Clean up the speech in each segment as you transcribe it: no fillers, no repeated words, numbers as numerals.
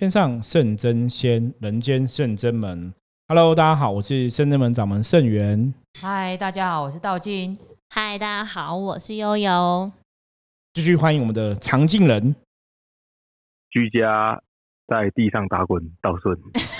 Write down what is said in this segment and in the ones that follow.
天上圣真仙，人间圣真门。Hello， 大家好，我是圣真门掌门圣元。 嗨，大家好，我是道金。 嗨，大家好，我是悠悠。 继续欢迎我们的常进人， 居家在地上打滚，道顺。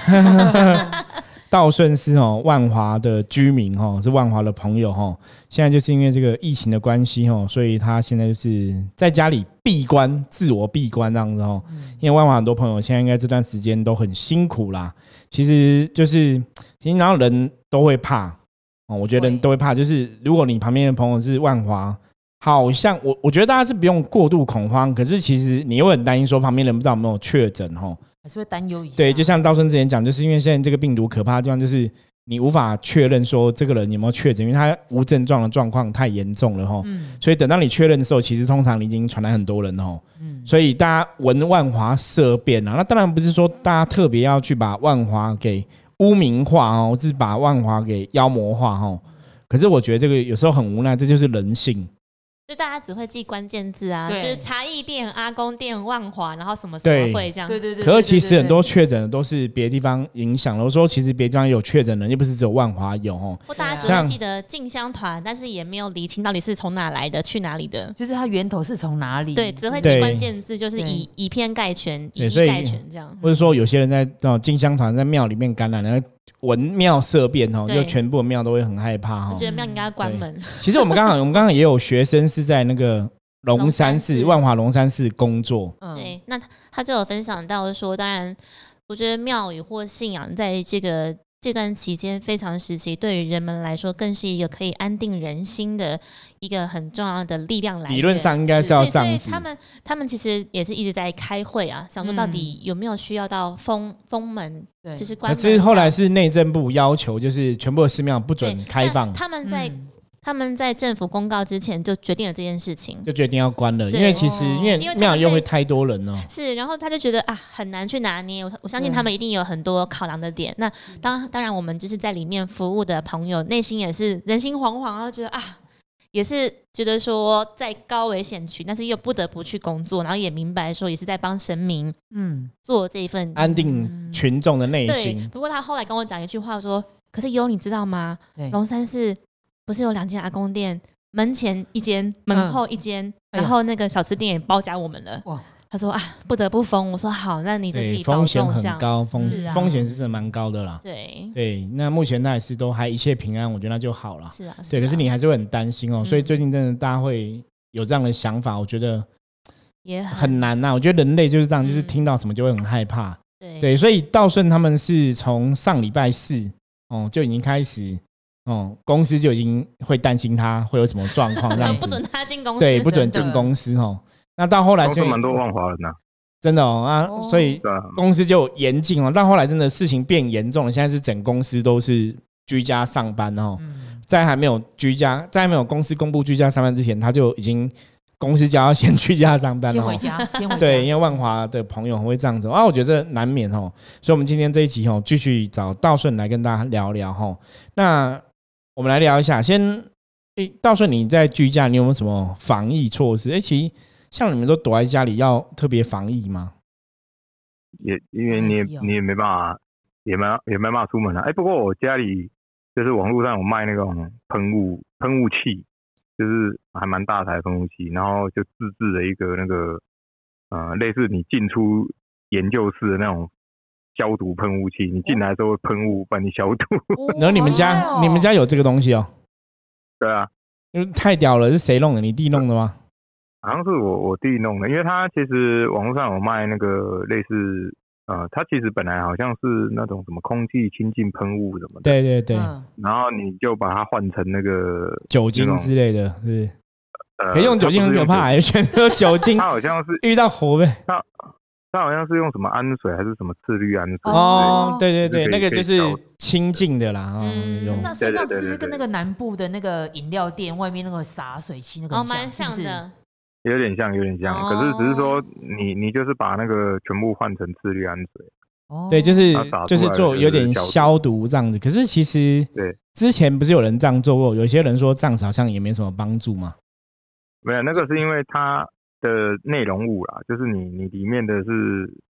道顺是万华的居民是万华的朋友现在就是因为这个疫情的关系所以他现在就是在家里闭关，自我闭关这样子因为万华很多朋友现在应该这段时间都很辛苦啦。其实然后人都会怕我觉得人都会怕，就是如果你旁边的朋友是万华，好像我觉得大家是不用过度恐慌，可是其实你又很担心说旁边人不知道有没有确诊还是会担忧一下。 对，就像道顺之前讲，就是因为现在这个病毒可怕的地方就是你无法确认说这个人有没有确诊，因为他无症状的状况太严重了所以等到你确认的时候，其实通常你已经传来很多人所以大家闻万华色变那当然不是说大家特别要去把万华给污名化就是把万华给妖魔化可是我觉得这个有时候很无奈，这就是人性。 就大家只会记关键字啊，就是茶艺店、阿公店、万华，然后什么什么会这样。 对。 可是其实很多确诊的都是别的地方影响了。我说其实别的地方有确诊的，又不是只有万华有或大家只会记得进香团，但是也没有厘清到底是从哪来的、去哪里的， 就是它源头是从哪里。 对，只会记关键字，就是以偏概全、以一概全这样。 或者说有些人在进香团在庙里面感染了，闻庙色变就全部的庙都会很害怕我觉得庙应该关门。 其实我们刚刚也有学生是在那个龙山寺万华龙山寺工作对，那他就有分享到说，当然我觉得庙宇或信仰在这段期间非常时期，对于人们来说更是一个可以安定人心的一个很重要的力量来源。 理论上应该是要这样子。 所以他们其实也是一直在开会啊，想说到底有没有需要到封门，就是关门。 可是后来是内政部要求，就是全部的寺庙不准开放。 他们在政府公告之前就决定了这件事情， 就决定要关了，因为其实因为庙又会太多人是，然后他就觉得很难去拿捏。我相信他们一定有很多考量的点。那当然我们就是在里面服务的朋友，内心也是人心惶惶，然后觉得也是觉得说在高危险区，但是又不得不去工作，然后也明白说也是在帮神明做这一份安定群众的内心。 对，不过他后来跟我讲一句话说，可是你知道吗？龙山寺不是有2间阿公店，门前1间，门后1间，然后那个小吃店也包夹我们了。他说不得不封。我说好，那你就可以保重。 风险很高，风险是真的蛮高的啦。对，那目前那也是都还一切平安，我觉得那就好了。 是啊， 对，可是你还是会很担心所以最近真的大家会有这样的想法，我觉得也很难我觉得人类就是这样，就是听到什么就会很害怕。对，所以道顺他们是从上礼拜4就已经开始。公司就已经会担心他会有什么状况，这样子不准他进公司， 对，不准进公司那到后来就蛮多万华人真的所以公司就严禁到后来真的事情变严重了，现在是整公司都是居家上班在还没有公司公布居家上班之前，他就已经公司就要先居家上班先回家对，因为万华的朋友会这样子我觉得这难免所以我们今天这一集继续找道顺来跟大家聊聊那我们来聊一下，先道顺你在居家你有没有什么防疫措施？其实像你们都躲在家里要特别防疫吗？ 也因为你也没办法，也没办法出门不过我家里就是网络上有卖那种喷雾器，就是还蛮大台的喷雾器，然后就自制了一个那个类似你进出研究室的那种消毒喷雾器，你进来的时候会喷雾帮你消毒。 然后你们家有这个东西对啊， 因为太屌了，是谁弄的？你弟弄的吗？ 好像是我弟弄的，因为他其实网络上有卖那个类似他其实本来好像是那种什么空气清净喷雾什么的， 对然后你就把它换成那个酒精之类的，是可以用酒精很可怕，全都酒精， 它好像是遇到火呗。 它好像是用什么氨水还是什么次氯氨水对，那个就是清净的啦那所以那是不是跟那个南部的那个饮料店外面那个洒水器那个蛮像的？ 有点像，可是只是说你就是把那个全部换成次氯氨水对，就是做有点消毒这样子。可是其实对之前不是有人这样做过，有些人说这样子好像也没什么帮助嘛。 没有，那个是因为它的内容物啦，就是你里面的是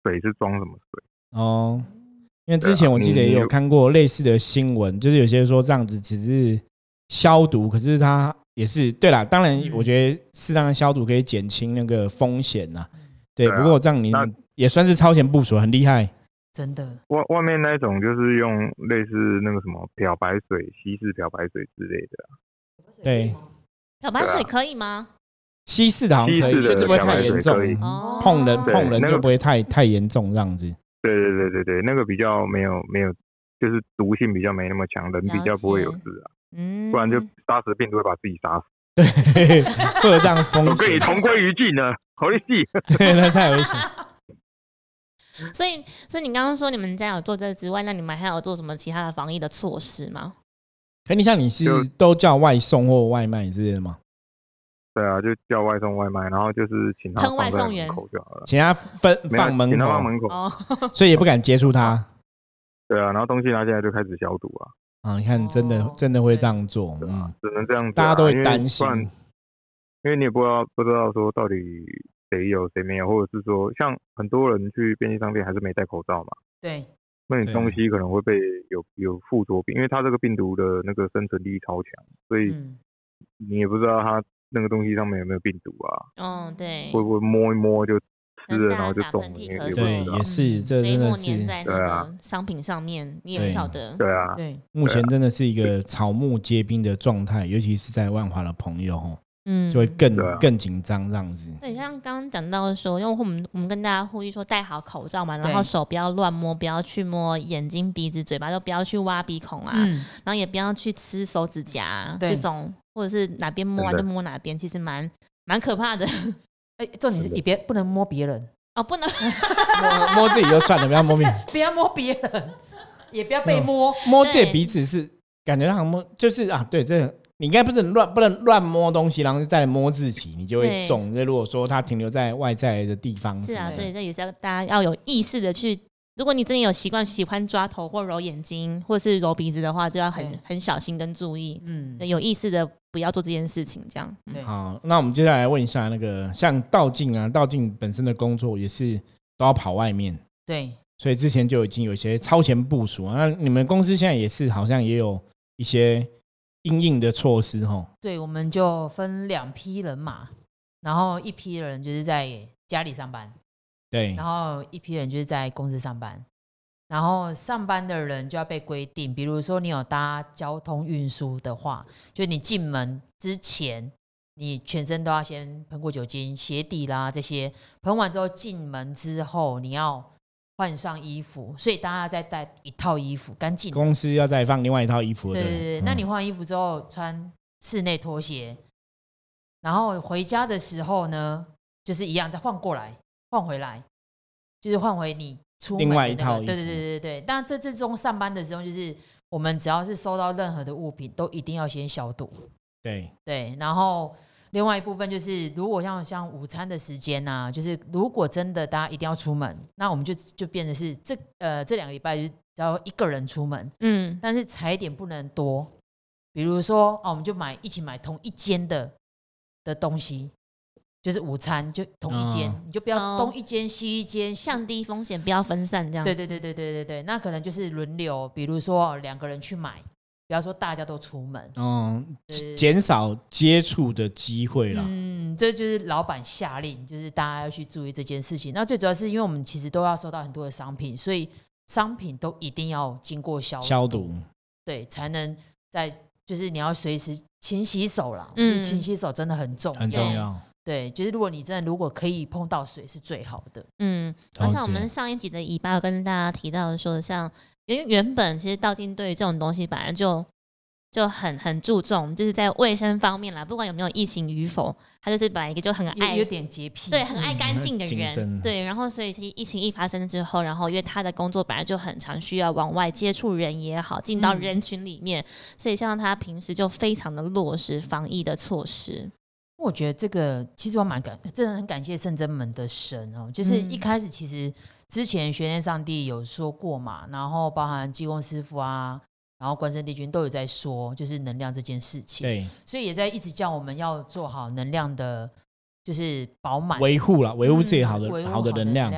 水是装什么水哦。因为之前我记得也有看过类似的新闻，就是有些说这样子只是消毒，可是它也是对啦。当然，我觉得适当的消毒可以减轻那个风险呐。对，不过这样你也算是超前部署，很厉害。 真的， 外面那种就是用类似那个什么漂白水、稀释漂白水之类的。 对， 漂白水可以吗？ 稀释的好像可以，就是不会太严重，碰人就不会太严重这样子。 对，那个比较没有，就是毒性比较没那么强，人比较不会有事啊。不然就杀死病毒会把自己杀死。 对，会有这样的风险。 我跟你同归于尽了，好利息。 对，那太危险。 所以你刚刚说你们家有做这之外，那你们还有做什么其他的防疫的措施吗？ 可你像你是都叫外送或外卖之类的吗？ 对啊，就叫外送外卖，然后就是请他喷外送员口就好了， 请他放门口， 请他放门口， 所以也不敢接触他。 对啊，然后东西拿进来就开始消毒啊。 啊，你看，真的会这样做， 只能这样子， 大家都会担心， 因为你也不知道说到底谁有谁没有，或者是说像很多人去便利商店还是没戴口罩嘛。 对。 那你东西可能会被有附着病，因为它这个病毒的那个生存力超强，所以你也不知道它那个东西上面有没有病毒啊。 对。 会不会摸一摸就吃了，然后就中了？ 对，也是，这真的是粘在那个商品上面，你也不晓得。 对啊， 对， 目前真的是一个草木皆兵的状态，尤其是在万华的朋友就会更紧张这样子。 对，像刚刚讲到说，因为我们跟大家呼吁说戴好口罩嘛，然后手不要乱摸，不要去摸眼睛、鼻子、嘴巴，都不要去挖鼻孔啊，然后也不要去吃手指甲这种，或者是哪边摸就摸哪边，其实蛮可怕的。 重点是你不能摸别人哦，不能摸自己就算了，不要摸别人， 不要摸别人，也不要被摸。 摸自己鼻子是感觉上摸，就是对这个。你应该不能乱摸东西，然后再摸自己，你就会中。如果说它停留在外在的地方， 是啊，所以这也是要大家要有意识的去。如果你真的有习惯喜欢抓头或揉眼睛，或是揉鼻子的话，就要很小心跟注意。有意识的不要做这件事情，这样。 好，那我们接下来问一下那个像道静啊，道静本身的工作也是都要跑外面， 对， 所以之前就已经有一些超前部署。那你们公司现在也是好像也有一些因应的措施对，我们就分2批人马，然后一批人就是在家里上班， 对， 然后一批人就是在公司上班。然后上班的人就要被规定，比如说你有搭交通运输的话，就你进门之前，你全身都要先喷过酒精，鞋底啦这些，喷完之后进门之后你要换上衣服，所以大家再带一套衣服，干净。 公司要再放另外一套衣服。 对，那你换完衣服之后穿室内拖鞋，然后回家的时候呢，就是一样再换过来，换回来，就是换回你出门的另外一套衣服。 对。但这中上班的时候，就是我们只要是收到任何的物品，都一定要先消毒。对，然后。另外一部分就是，如果像午餐的时间啊，就是如果真的大家一定要出门，那我们就变成是这2个礼拜就只要1个人出门，但是踩点不能多，比如说我们就一起买同一间的东西，就是午餐就同一间，你就不要东一间西一间， 降低风险，不要分散这样。 对，那可能就是轮流，比如说2个人去买。不要说大家都出门， 减少接触的机会啦。 这就是老板下令，就是大家要去注意这件事情。那最主要是因为我们其实都要收到很多的商品，所以商品都一定要经过消毒，对，才能就是你要随时勤洗手啦。勤洗手真的很重要。对，就是如果可以碰到水是最好的。 好像我们上一集的尾巴跟大家提到的说，像因为原本其实道静对于这种东西本来就很注重，就是在卫生方面啦，不管有没有疫情与否，他就是本来一个就很爱有点洁癖， 对，很爱干净的人，对。然后所以疫情一发生之后，然后因为他的工作本来就很常需要往外接触人也好，进到人群里面，所以像他平时就非常的落实防疫的措施。 我觉得这个其实我真的很感谢圣真门的神就是一开始其实之前玄天上帝有说过嘛，然后包含济公师傅啊，然后关圣帝君都有在说，就是能量这件事情。 对， 所以也在一直叫我们要做好能量的，就是饱满维护自己好的能量。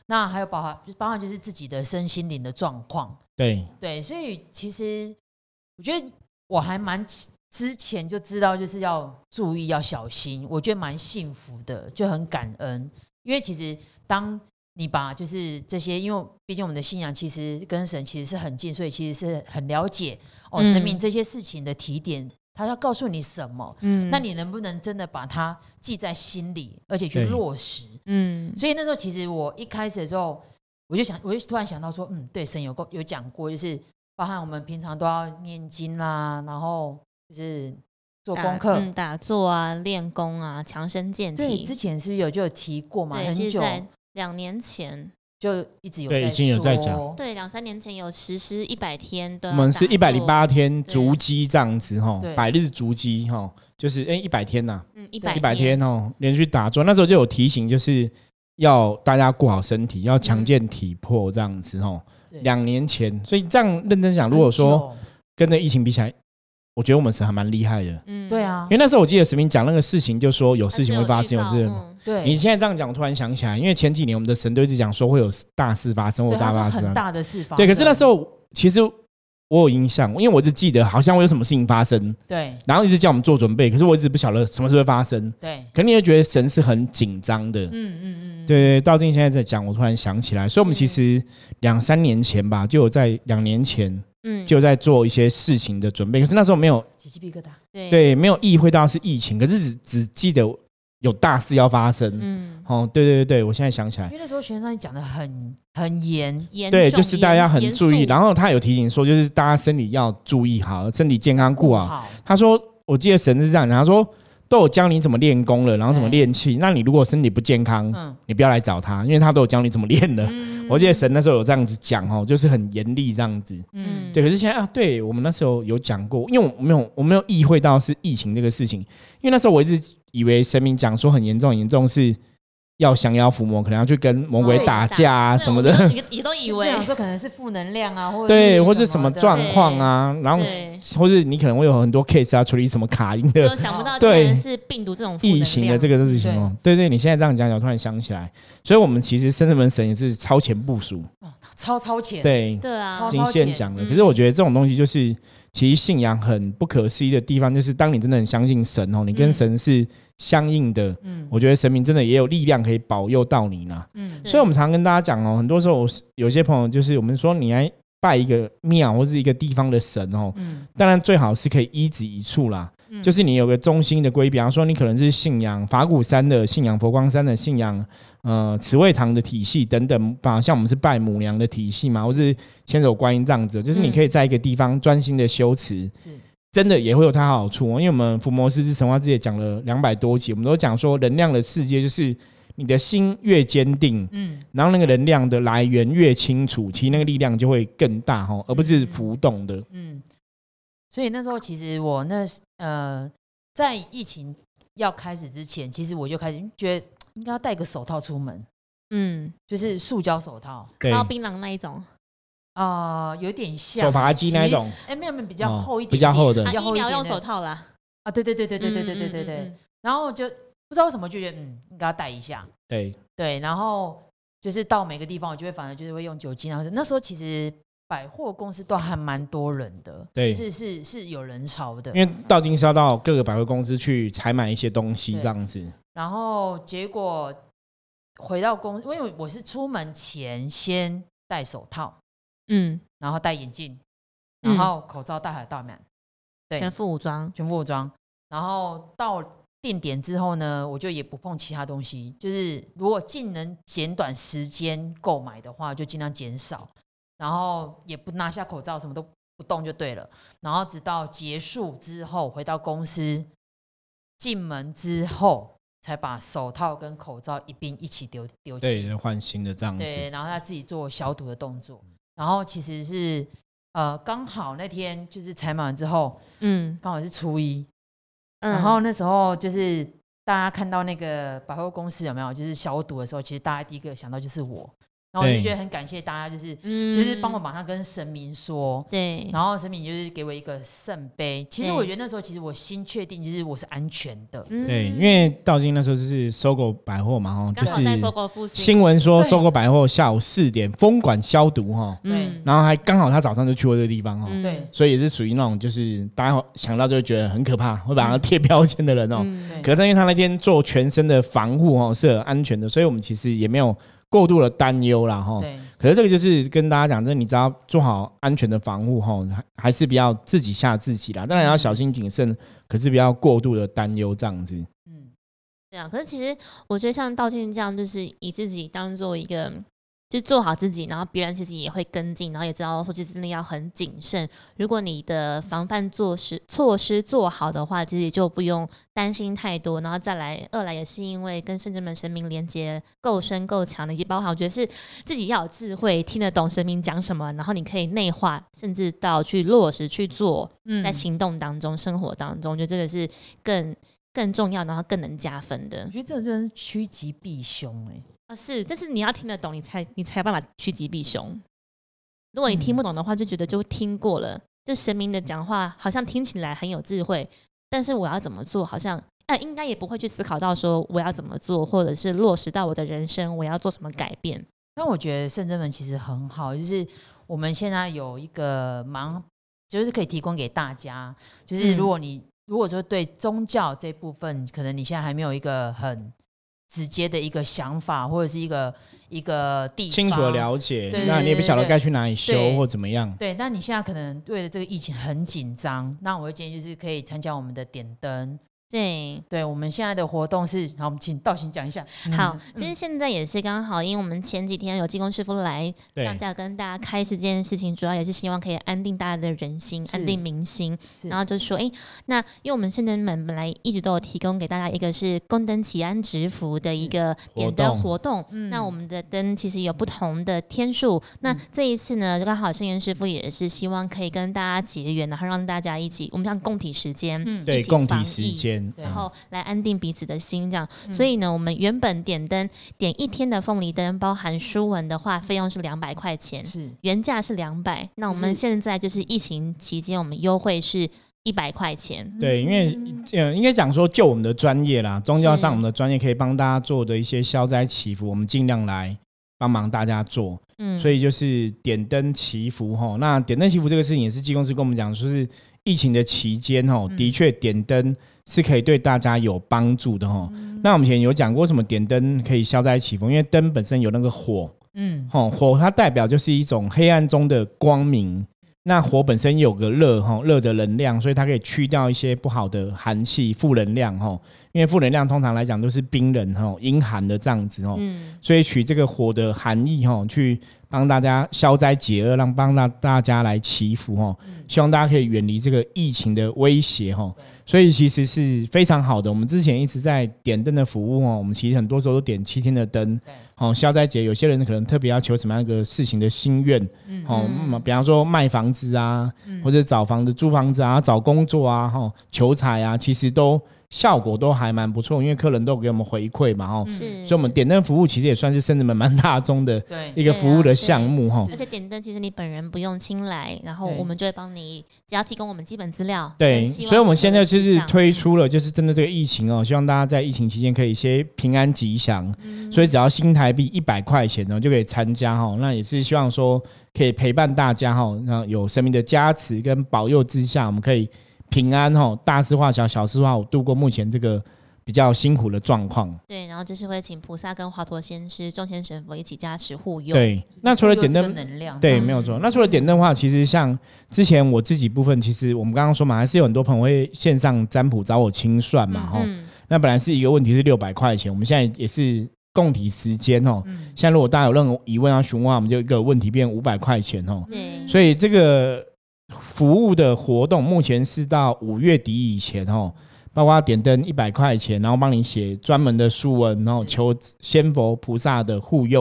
那还有包含就是自己的身心灵的状况。对，所以其实我觉得我还蛮之前就知道就是要注意要小心，我觉得蛮幸福的，就很感恩。因为其实当你把就是这些，因为毕竟我们的信仰其实跟神其实是很近，所以其实是很了解神明这些事情的提点，他要告诉你什么，那你能不能真的把它记在心里，而且去落实？所以那时候其实我一开始的时候，我就突然想到说，对，神有讲过，就是包含我们平常都要念经啦，然后就是做功课、 打坐啊、练功啊、强身健体。 对，之前是不是就有提过嘛？很久， 在2年前就一直有在说，对，已经有在讲。 对，2-3年前有实施100天的， 我们是108天足迹这样子哈，100日足迹哈，就是100天呐，100天哦，连续打坐。那时候就有提醒，就是要大家顾好身体，要强健体魄这样子哈。2年前，所以这样认真讲，如果说跟着疫情比起来，我觉得我们是还蛮厉害的。 对啊， 因为那时候我记得神明讲那个事情，就说有事情会发生，有事。 对， 你现在这样讲，我突然想起来，因为前几年我们的神都一直讲说会有大事发生，或大发生， 很大的事发生。 对，可是那时候其实我有印象，因为我一直记得好像会有什么事情发生， 对， 然后一直叫我们做准备，可是我一直不晓得什么事会发生， 对， 可能你会觉得神是很紧张的，对，道静现在在讲，我突然想起来，所以我们其实2-3年前吧，就有在2年前。就在做一些事情的准备，可是那时候没有起鸡皮疙瘩， 对，没有意会到是疫情，可是只记得有大事要发生。对，我现在想起来， 因为那时候玄奘讲的很严， 对，就是大家很注意，然后他有提醒说，就是大家身体要注意好，身体健康顾好。他说，我记得神是这样讲，他说都有教你怎么练功了，然后怎么练气。那你如果身体不健康，你不要来找他，因为他都有教你怎么练了。我记得神那时候有这样子讲，就是很严厉这样子。对。可是现在对我们那时候有讲过，因为我没有意会到是疫情这个事情，因为那时候我一直以为神明讲说很严重是要降妖伏魔，可能要去跟魔鬼打架啊什么的， 也都以为说可能是负能量啊， 或者什么状况啊，然后或者你可能会有很多 case 要处理什么卡音的， 就想不到竟然是病毒这种疫情的这个事情哦。对，你现在这样讲，我突然想起来，所以我们其实圣人门神也是超前部署， 超前， 对啊， 已经先讲了。可是我觉得这种东西就是，其实信仰很不可思议的地方，就是当你真的很相信神哦，你跟神是相应的，我觉得神明真的也有力量可以保佑到你呢。所以我们常跟大家讲哦，很多时候有些朋友就是我们说你来拜一个庙或是一个地方的神哦，当然最好是可以一指一处啦，就是你有个中心的规，比方说你可能是信仰法鼓山的，信仰佛光山的，信仰慈惠堂的体系等等吧，像我们是拜母娘的体系嘛，或是千手观音这样子，就是你可以在一个地方专心的修持。真的也会有它好处因为我们伏魔师之神话之也讲了200多集，我们都讲说能量的世界就是你的心越坚定，然后那个能量的来源越清楚，其实那个力量就会更大而不是浮动的。 所以那时候其实我在疫情要开始之前，其实我就开始觉得应该要戴个手套出门，就是塑胶手套， 然后槟榔那一种。 有点像手扒鸡那一种， 没有比较厚一点， 比较厚的， 疫苗用手套啦。 对，然后就不知道为什么就觉得应该要戴一下。对，然后就是到每个地方，我就会反而就是会用酒精。然后那时候其实百货公司都还蛮多人的，对，是有人潮的。 因为道金是要到各个百货公司去采买一些东西这样子。 然后结果回到公司，因为我是出门前先戴手套。然后戴眼镜，然后口罩戴好戴满，对， 全副武装。 然后到定点之后呢，我就也不碰其他东西，就是如果尽能减短时间购买的话，就尽量减少，然后也不拿下口罩，什么都不动就对了。然后直到结束之后，回到公司，进门之后才把手套跟口罩一并一起丢弃， 对，换新的这样子。 对，然后他自己做消毒的动作。然后其实是刚好那天就是采买完之后，刚好是初一，然后那时候就是大家看到那个百货公司有没有就是消毒的时候，其实大家第一个想到就是我。然然后我就觉得很感谢大家，就是帮我马上跟神明说， 对， 然后神明就是给我一个圣杯。其实我觉得那时候其实我心确定就是我是安全的， 对，因为道金那时候就是收购百货嘛，就是新闻说收购百货下午4点封馆消毒对，然后还刚好他早上就去过这个地方对，所以也是属于那种就是大家想到就会觉得很可怕，会把它贴标签的人可是因为他那天做全身的防护是很安全的，所以我们其实也没有过度的担忧啦可是这个就是跟大家讲，你只要做好安全的防护还是不要自己吓自己啦，当然要小心谨慎，可是不要过度的担忧这样子。 对啊，可是其实我觉得像道歉这样，就是以自己当做一个就做好自己，然后别人其实也会跟进，然后也知道说其实真的要很谨慎。如果你的防范措施做好的话，其实就不用担心太多。然后再来，二来也是因为跟圣真门神明连接够深够强的，以及包含我觉得是自己要有智慧，听得懂神明讲什么，然后你可以内化，甚至到去落实去做，在行动当中、生活当中，我觉得这个是更重要，然后更能加分的。 我觉得这真的是趋吉避凶是，这是你要听得懂，你才有办法趋吉避凶。如果你听不懂的话，就觉得就听过了，就神明的讲话好像听起来很有智慧，但是我要怎么做，好像应该也不会去思考到说我要怎么做，或者是落实到我的人生，我要做什么改变。 但我觉得圣真门其实很好，就是我们现在有一个就是可以提供给大家，就是如果说对宗教这部分，可能你现在还没有一个很直接的一个想法，或者是一个地方清楚的了解，那你也不晓得该去哪里修或怎么样。 对，那你现在可能为了这个疫情很紧张，那我会建议就是可以参加我们的点灯。对，我们现在的活动是，好，我们请道行讲一下。 好，其实现在也是刚好，因为我们前几天有济公师傅来降价跟大家开始这件事情，主要也是希望可以安定大家的人心，安定民心。然后就说，那因为我们圣真门本来一直都有提供给大家一个是宫灯祈安植福的一个点灯活动，那我们的灯其实有不同的天数。那这一次呢，刚好圣严师傅也是希望可以跟大家结缘，然后让大家一起，我们像共体时间， 对，共体时间。 然后来安定彼此的心，这样。所以呢，我们原本点1天的凤梨灯，包含书文的话，费用是200块钱，原价是200。那我们现在就是疫情期间，我们优惠是100块钱。 对，因为应该讲说，就我们的专业啦，宗教上我们的专业可以帮大家做的一些消灾祈福，我们尽量来帮忙大家做。所以就是点灯祈福那点灯祈福这个事情也是济公师跟我们讲，说是疫情的期间的确点灯是可以对大家有帮助的那我们以前有讲过，什么点灯可以消灾祈福，因为灯本身有那个火，火它代表就是一种黑暗中的光明。那火本身有个热的能量，所以它可以去掉一些不好的寒气、负能量因为负能量通常来讲都是冰冷阴寒的这样子所以取这个火的含义去帮大家消灾解厄，帮大家来祈福希望大家可以远离这个疫情的威胁所以其实是非常好的。我们之前一直在点灯的服务我们其实很多时候都点7天的灯消灾节，有些人可能特别要求什么样一个事情的心愿比方说卖房子啊，或者找房子租房子啊，找工作啊求财啊，其实都效果都还蛮不错，因为客人都给我们回馈嘛所以我们点灯服务其实也算是圣真门蛮大宗的一个服务的项目而且点灯其实你本人不用亲来，然后我们就会帮你，只要提供我们基本资料。 对，所以我们现在就是推出了就是真的这个疫情希望大家在疫情期间可以一些平安吉祥所以只要新台币100块钱就可以参加那也是希望说可以陪伴大家有神明的加持跟保佑之下，我们可以平安大事化小，小事化无，度过目前这个比较辛苦的状况。 对，然后就是会请菩萨跟华佗仙师、众仙神佛一起加持护佑。 对，那除了点灯能量， 对，没有错。那除了点灯的话，其实像之前我自己部分，其实我们刚刚说嘛，还是有很多朋友会线上占卜找我清算嘛那本来是一个问题是600块钱，我们现在也是共体时间现在如果大家有任何疑问要询问，我们就一个问题变500块钱所以这个服务的活动目前是到5月底以前包括点灯100块钱，然后帮你写专门的书文，然后求仙佛菩萨的护佑，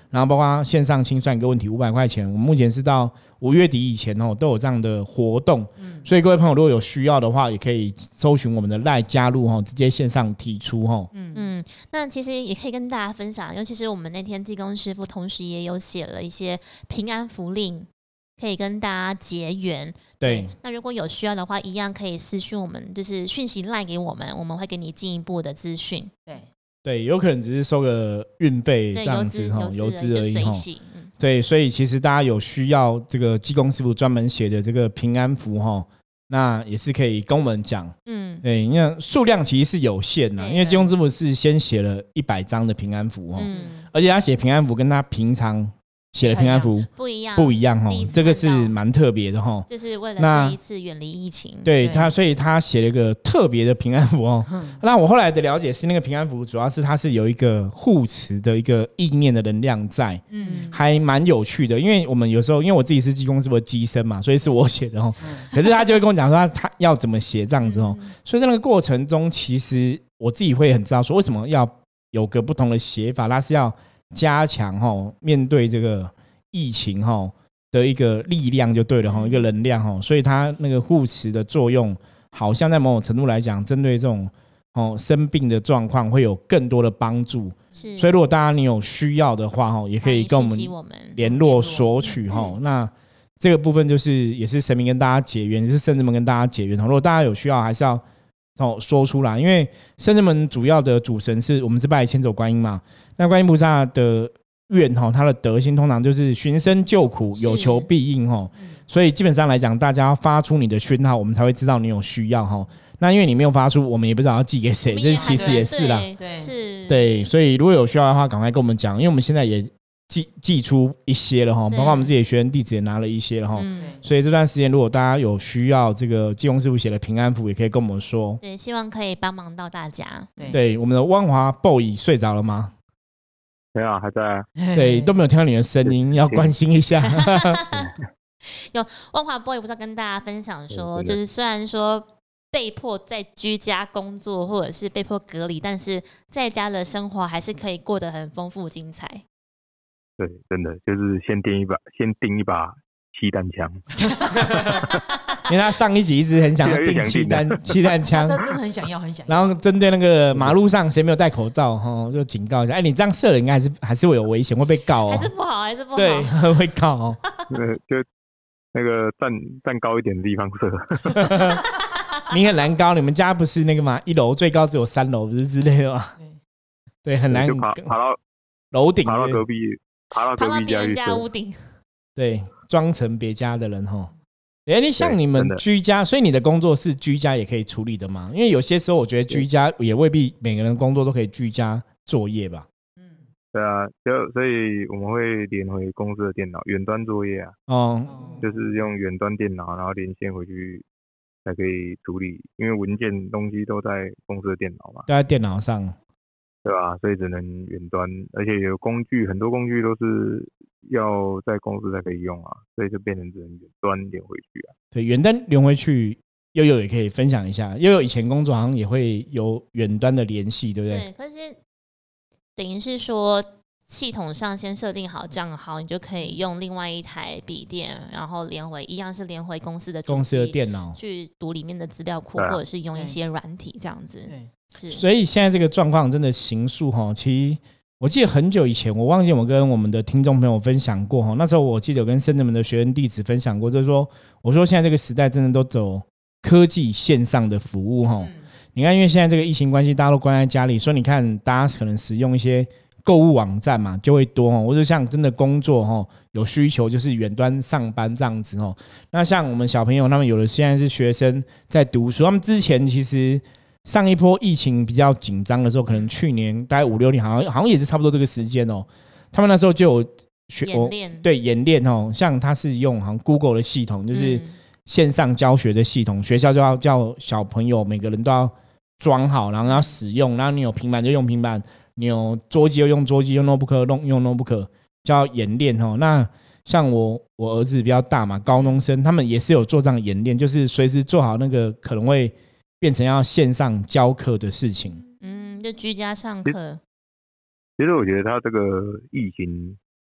然后包括线上清算一个问题500块钱，我们目前是到5月底以前都有这样的活动，所以各位朋友如果有需要的话，也可以搜寻我们的 LINE 加入直接线上提出那其实也可以跟大家分享，尤其是我们那天技工师傅同时也有写了一些平安符令，可以跟大家结缘。对，那如果有需要的话，一样可以私讯我们，就是讯息 LINE 给我们，我们会给你进一步的资讯。 对，有可能只是收个运费这样子邮资而已对，所以其实大家有需要这个技工师傅专门写的这个平安符那也是可以跟我们讲。对，因为数量其实是有限的，因为技工师傅是先写了100张的平安符而且他写平安符跟他平常写的平安符不一样这个是蛮特别的就是为了这一次远离疫情。 对，所以他写了一个特别的平安符那我后来的了解是，那个平安符主要是它是有一个护持的一个意念的能量在，还蛮有趣的。因为我们有时候，因为我自己是技工师傅的机身嘛，所以是我写的可是他就会跟我讲说他要怎么写这样子所以在那个过程中，其实我自己会很知道说为什么要有个不同的写法，它是要加强面对这个疫情的一个力量就对了一个能量所以它那个护持的作用好像在某种程度来讲，针对这种生病的状况会有更多的帮助。所以如果大家你有需要的话也可以跟我们联络索取那这个部分就是也是神明跟大家结缘，也是圣人们跟大家结缘如果大家有需要还是要说出来，因为圣人们主要的主神是我们是拜千手观音嘛，那观音菩萨的愿他的德性通常就是寻声救苦，有求必应所以基本上来讲，大家要发出你的讯号，我们才会知道你有需要那因为你没有发出，我们也不知道要寄给谁，这其实也是啦。对，所以如果有需要的话，赶快跟我们讲，因为我们现在也寄出一些了包括我们自己的学生弟子也拿了一些了所以这段时间如果大家有需要这个技工师傅写的平安符，也可以跟我们说。 对，希望可以帮忙到大家。 对，我们的万华 boy 睡着了吗？ 没有，还在啊。 对，都没有听到你的声音，要关心一下。 有万华 boy 不是要跟大家分享说，就是虽然说被迫在居家工作或者是被迫隔离，但是在家的生活还是可以过得很丰富精彩。 对，真的就是先订一把气弹枪， 因为他上一集一直很想要订气弹枪， 他真的很想要。 然后针对那个马路上谁没有戴口罩就警告一下，你这样射了应该还是会有危险，会被告还是不好。 对，会告就那个站高一点的地方射。 你很难高，你们家不是那个吗？1楼最高只有3楼，不是之类的吗？对，很难。 就爬到楼顶， 爬到隔壁别人家屋顶。 对，装成别家的人你像你们居家，所以你的工作是居家也可以处理的吗？因为有些时候我觉得居家也未必每个人工作都可以居家作业吧。 对啊，所以我们会连回公司的电脑，远端作业啊。就是用远端电脑，然后连线回去才可以处理，因为文件东西都在公司的电脑嘛， 都在电脑上， 对吧？所以只能远端，而且有工具，很多工具都是要在公司才可以用啊，所以就变成只能远端连回去啊。 对，远端连回去，悠悠也可以分享一下。悠悠以前工作好像也会有远端的联系，对不对？ 对，可是等于是说系统上先设定好账号，你就可以用另外一台笔电，然后一样是连回公司的电脑去读里面的资料库，或者是用一些软体这样子。 是，所以现在这个状况真的形塑其实我记得很久以前，我忘记我跟我们的听众朋友分享过那时候我记得有跟圣人们的学生弟子分享过，就是说我说现在这个时代真的都走科技线上的服务你看因为现在这个疫情关系，大家都关在家里，所以你看大家可能使用一些购物网站嘛就会多或者像真的工作有需求就是远端上班这样子那像我们小朋友他们有的现在是学生在读书，他们之前其实上一波疫情比较紧张的时候，可能去年大概5-6年好像也是差不多这个时间他们那时候就有演练像他是用好像 Google 的系统，就是线上教学的系统，学校就要叫小朋友每个人都要装好，然后要使用，然后你有平板就用平板，你有桌机就用桌机，用 notebook 用 notebook， 就要演练那像我儿子比较大嘛，高中生，他们也是有做这样演练，就是随时做好那个可能会变成要线上教课的事情。 就居家上课。 其实我觉得他这个疫情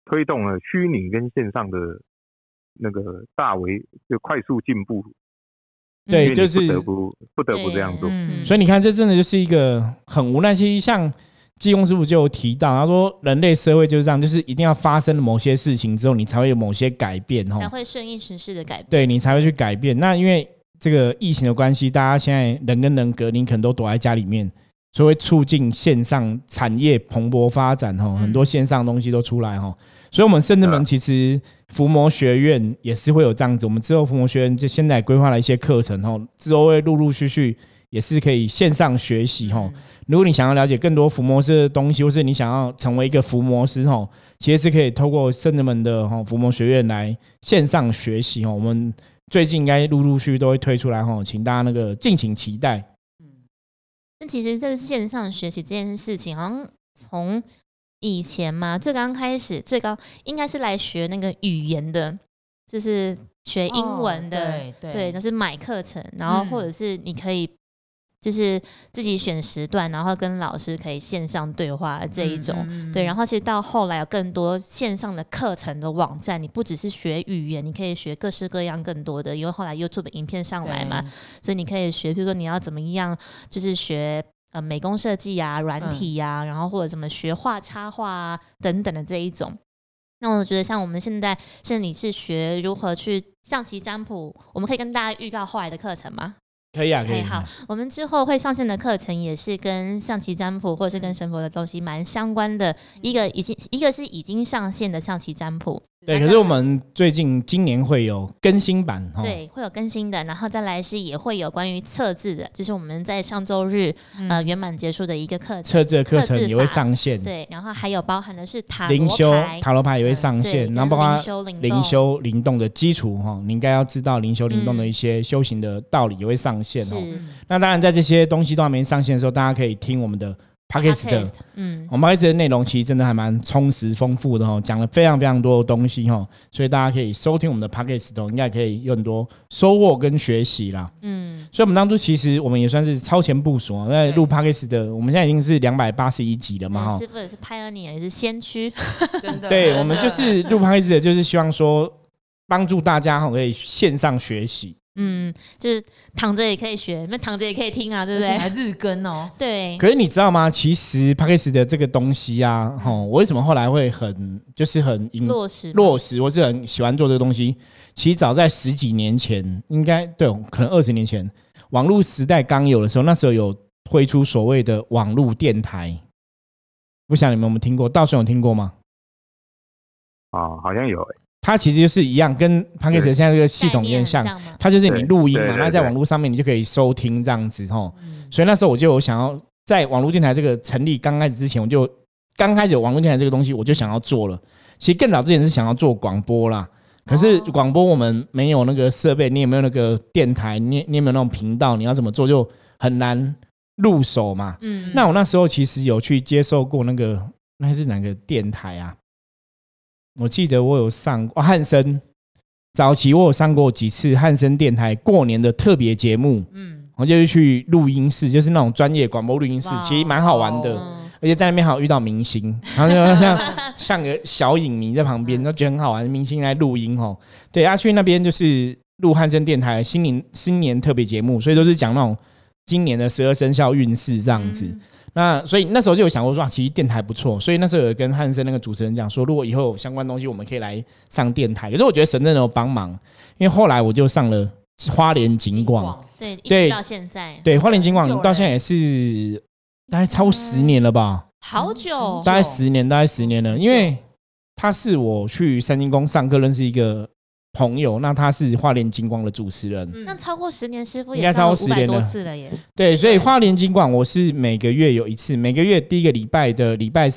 推动了虚拟跟线上的那个就快速进步。 对，就是不得不这样做。 所以你看，这真的就是一个很无奈。其实像济公师傅就有提到，他说人类社会就是这样，就是一定要发生了某些事情之后，你才会有某些改变， 才会顺应时事的改变。 对，你才会去改变。那因为这个疫情的关系，大家现在人跟人隔离，可能都躲在家里面，所以会促进线上产业蓬勃发展，很多线上东西都出来。所以我们圣真门其实伏魔学院也是会有这样子，我们之后伏魔学院就现在规划了一些课程，之后会陆陆续续也是可以线上学习。如果你想要了解更多伏魔师的东西，或是你想要成为一个伏魔师，其实是可以透过圣真门的伏魔学院来线上学习。我们最近应该陆陆续续都会推出来，请大家那个敬请期待。 那其实这个线上学习这件事情，好像从以前嘛，最刚开始最高应该是来学那个语言的，就是学英文的，对，就是买课程，然后或者是你可以就是自己选时段，然后跟老师可以线上对话这一种，对。然后其实到后来有更多线上的课程的网站，你不只是学语言，你可以学各式各样更多的，因为后来 YouTube 影片上来嘛，所以你可以学，比如说你要怎么样，就是学美工设计啊、软体啊，然后或者怎么学画插画啊等等的这一种。那我觉得像我们现在你是学如何去象棋占卜，我们可以跟大家预告后来的课程吗？ 可以啊，可以。 好，我们之后会上线的课程也是跟象棋占卜或者是跟神佛的东西蛮相关的。一个是已经上线的象棋占卜， 对。可是我们今年会有更新版， 对，会有更新的。然后再来是也会有关于测字的，就是我们在上周日圆满结束的一个课程， 测字的课程也会上线。 对，然后还有包含的是灵修塔罗牌也会上线，然后包括灵修灵动的基础，你应该要知道灵修灵动的一些修行的道理也会上线。那当然在这些东西都还没上线的时候，大家可以听我们的 Podcast 的，我们 Podcast 的内容其实真的还蛮充实丰富的，讲了非常非常多的东西，所以大家可以收听我们的 Podcast 应该可以有很多收获跟学习啦。所以我们当初其实我们也算是超前部署，在录 Podcast 的，我们现在已经是281集了嘛。 师父也是 Pioneer， 也是先驱， 真的。 对，我们就是录 Podcast 的，就是希望说帮助大家可以线上学习。 就是躺着也可以学，那躺着也可以听啊，对不对？ 还日更哦。 对。 可是你知道吗？其实 Podcast 的这个东西啊，我为什么后来会很落实，我是很喜欢做这个东西。其实早在10几年前，应该对，可能20年前，网络时代刚有的时候，那时候有推出所谓的网络电台，不晓得你们有没有听过？道顺有听过吗？ 好像有它其实就是一样，跟 Podcast 现在这个系统有点像，它就是你录音嘛，那在网络上面你就可以收听这样子。所以那时候我就有想要在网络电台这个成立刚开始之前，我就刚开始有网络电台这个东西，我就想要做了。其实更早之前是想要做广播啦，可是广播我们没有那个设备，你也没有那个电台，你也没有那种频道，你要怎么做就很难入手嘛。那我那时候其实有去接受过那是哪个电台啊？我记得我有上过汉声，早期我有上过几次汉声电台过年的特别节目，我就是去录音室，就是那种专业广播录音室，其实蛮好玩的，而且在那边还有遇到明星，然后就像个小影迷在旁边，都觉得很好玩，明星来录音对，去那边就是录汉声电台新年特别节目，所以都是讲那种今年的12生肖运势这样子。那所以那时候就有想过说其实电台不错，所以那时候有跟汉声那个主持人讲说，如果以后有相关东西我们可以来上电台。可是我觉得神真的有帮忙，因为后来我就上了花莲警广， 对，一直到现在， 对，花莲警广到现在也是大概超过10年了吧， 好久， 大概10年了。因为他是我去三金宫上课认识一个朋友，那他是花莲金光的主持人， 那超过10年，师傅也超过10年多次了耶。 对，所以花莲金光我是每个月有一次，每个月第一个礼拜的礼拜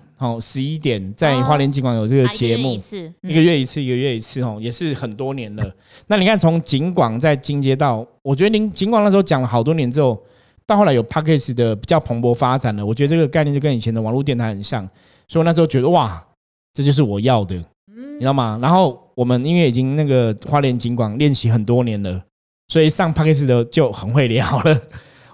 311点在花莲金光有这个节目，一个月一次也是很多年了。那你看从警广在进阶到，我觉得警广那时候讲了好多年之后，到后来有 Podcast 的比较蓬勃发展了，我觉得这个概念就跟以前的网络电台很像，所以我那时候觉得哇，这就是我要的，你知道吗？然后我们因为已经那个花莲警广练习很多年了，所以上 Podcast 的就很会聊了。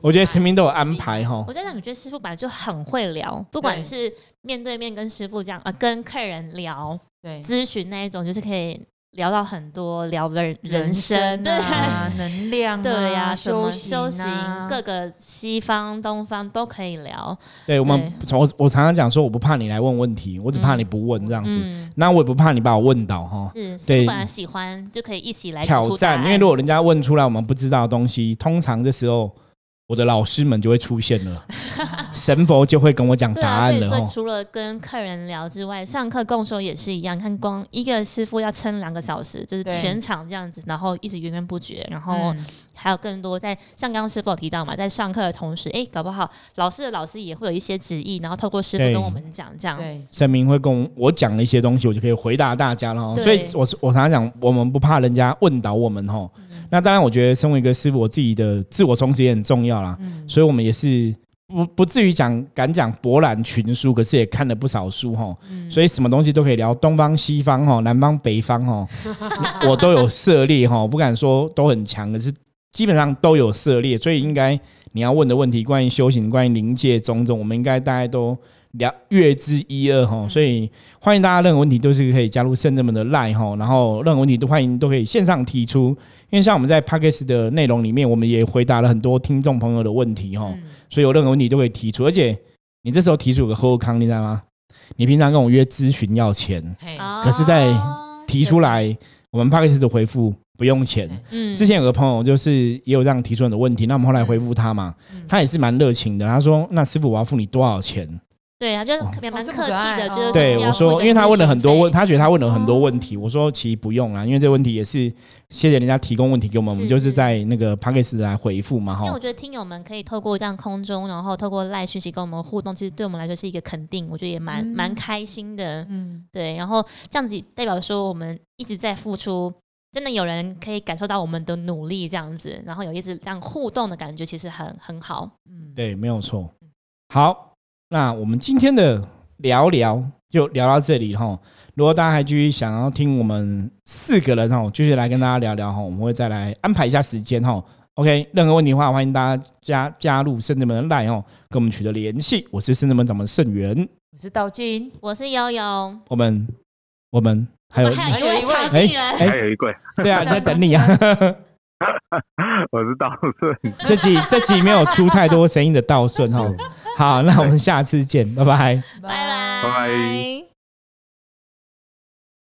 我觉得神明都有安排哈。 我觉得师傅本来就很会聊，不管是面对面跟师傅这样，跟客人聊，对，咨询那一种，就是可以聊到很多，聊人生啊、能量啊， 对呀， 修行各个西方、东方都可以聊。 对，我常常讲说，我不怕你来问问题，我只怕你不问这样子。那我也不怕你把我问倒哈。 是，师傅喜欢就可以一起来挑战，因为如果人家问出来我们不知道的东西，通常这时候我的老师们就会出现了，神佛就会跟我讲答案了。 所以除了跟客人聊之外，上课共修也是一样，看光一个师傅要撑2个小时，就是全场这样子，然后一直源源不绝，然后还有更多在像刚刚师傅有提到嘛，在上课的同时，搞不好老师的老师也会有一些旨意，然后透过师傅跟我们讲，这样神明会跟我讲了一些东西，我就可以回答大家了。所以我常常讲，我们不怕人家问倒我们哈。那当然，我觉得身为一个师傅，我自己的自我充实也很重要啦。所以我们也是不至于敢讲博览群书，可是也看了不少书哈。所以什么东西都可以聊，东方西方哈，南方北方哈，我都有涉猎哈。不敢说都很强，可是基本上都有涉猎。所以应该你要问的问题，关于修行、关于灵界种种，我们应该大概都略知一二哈。所以欢迎大家任何问题都是可以加入圣真门的 LINE 哈，然后任何问题都欢迎都可以线上提出。因为像我们在 Podcast 的内容里面，我们也回答了很多听众朋友的问题所以有任何问题都可以提出。而且你这时候提出有个后康，你知道吗？你平常跟我约咨询要钱，可是在提出来我们 Podcast 的回复不用钱。之前有个朋友就是也有这样提出很多问题，那我们后来回复他嘛，他也是蛮热情的。他说：“那师傅我要付你多少钱？” 对啊，就蛮客气的，就是对我说，因为他问了很多他觉得他问了很多问题，我说其实不用啦，因为这个问题也是谢谢人家提供问题给我们，我们就是在那个 Podcast 来回复嘛。 因为我觉得听友们可以透过这样空中，然后透过 LINE 讯息跟我们互动，其实对我们来说是一个肯定，我觉得也蛮开心的。对，然后这样子代表说我们一直在付出，真的有人可以感受到我们的努力，这样子，然后有一直这样互动的感觉，其实很好。 对，没有错。好。那我们今天的聊聊就聊到这里哈。如果大家还继续想要听我们4个人继续来跟大家聊聊我们会再来安排一下时间OK， 任何问题的话，欢迎大家加入圣真门的 LINE 跟我们取得联系。我是圣真门掌门盛元， 我是道金， 我是悠悠。 我们还有一位常进人， 还有一位， 对啊，在等你啊。 我是道顺， 这集没有出太多声音的道顺好，那我们下次见，拜拜， 拜拜。